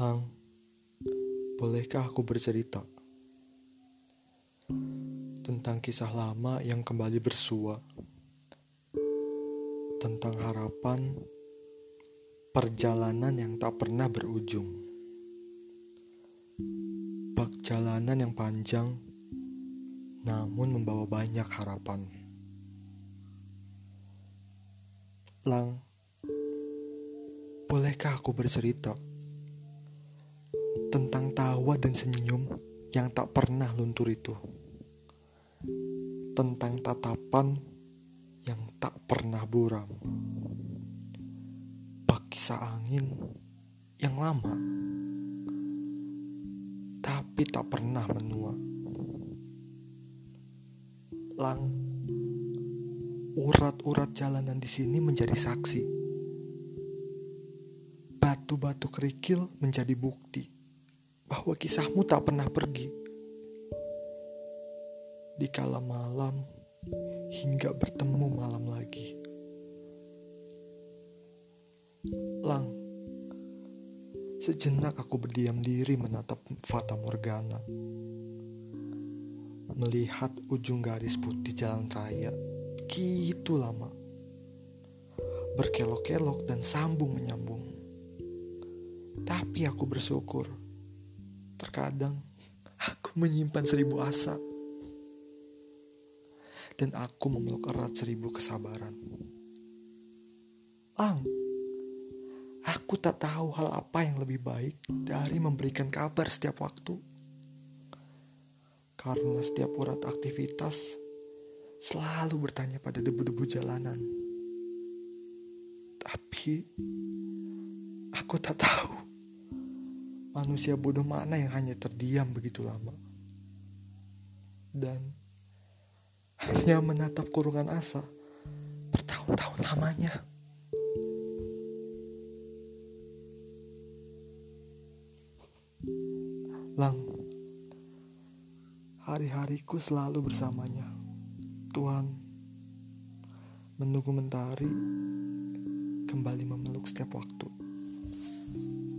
Lang, bolehkah aku bercerita tentang kisah lama yang kembali bersua, tentang harapan perjalanan yang tak pernah berujung, perjalanan yang panjang namun membawa banyak harapan. Lang, bolehkah aku bercerita tentang tawa dan senyum yang tak pernah luntur itu, tentang tatapan yang tak pernah buram, bak kisah angin yang lama tapi tak pernah menua. Lang, urat-urat jalanan di sini menjadi saksi, batu-batu kerikil menjadi bukti bahwa kisahmu tak pernah pergi. Di kala malam hingga bertemu malam lagi. Lang, sejenak aku berdiam diri menatap Fata Morgana, melihat ujung garis putih jalan raya begitu lama, berkelok-kelok dan sambung menyambung. Tapi aku bersyukur, terkadang aku menyimpan 1000 asa, dan aku memeluk erat 1000 kesabaran. Lang, aku tak tahu hal apa yang lebih baik dari memberikan kabar setiap waktu. Karena setiap urat aktivitas selalu bertanya pada debu-debu jalanan. Tapi aku tak tahu manusia bodoh mana yang hanya terdiam begitu lama dan hanya menatap kurungan asa bertahun-tahun lamanya. Lang, hari-hariku selalu bersamanya. Tuhan, menunggu mentari kembali memeluk setiap waktu.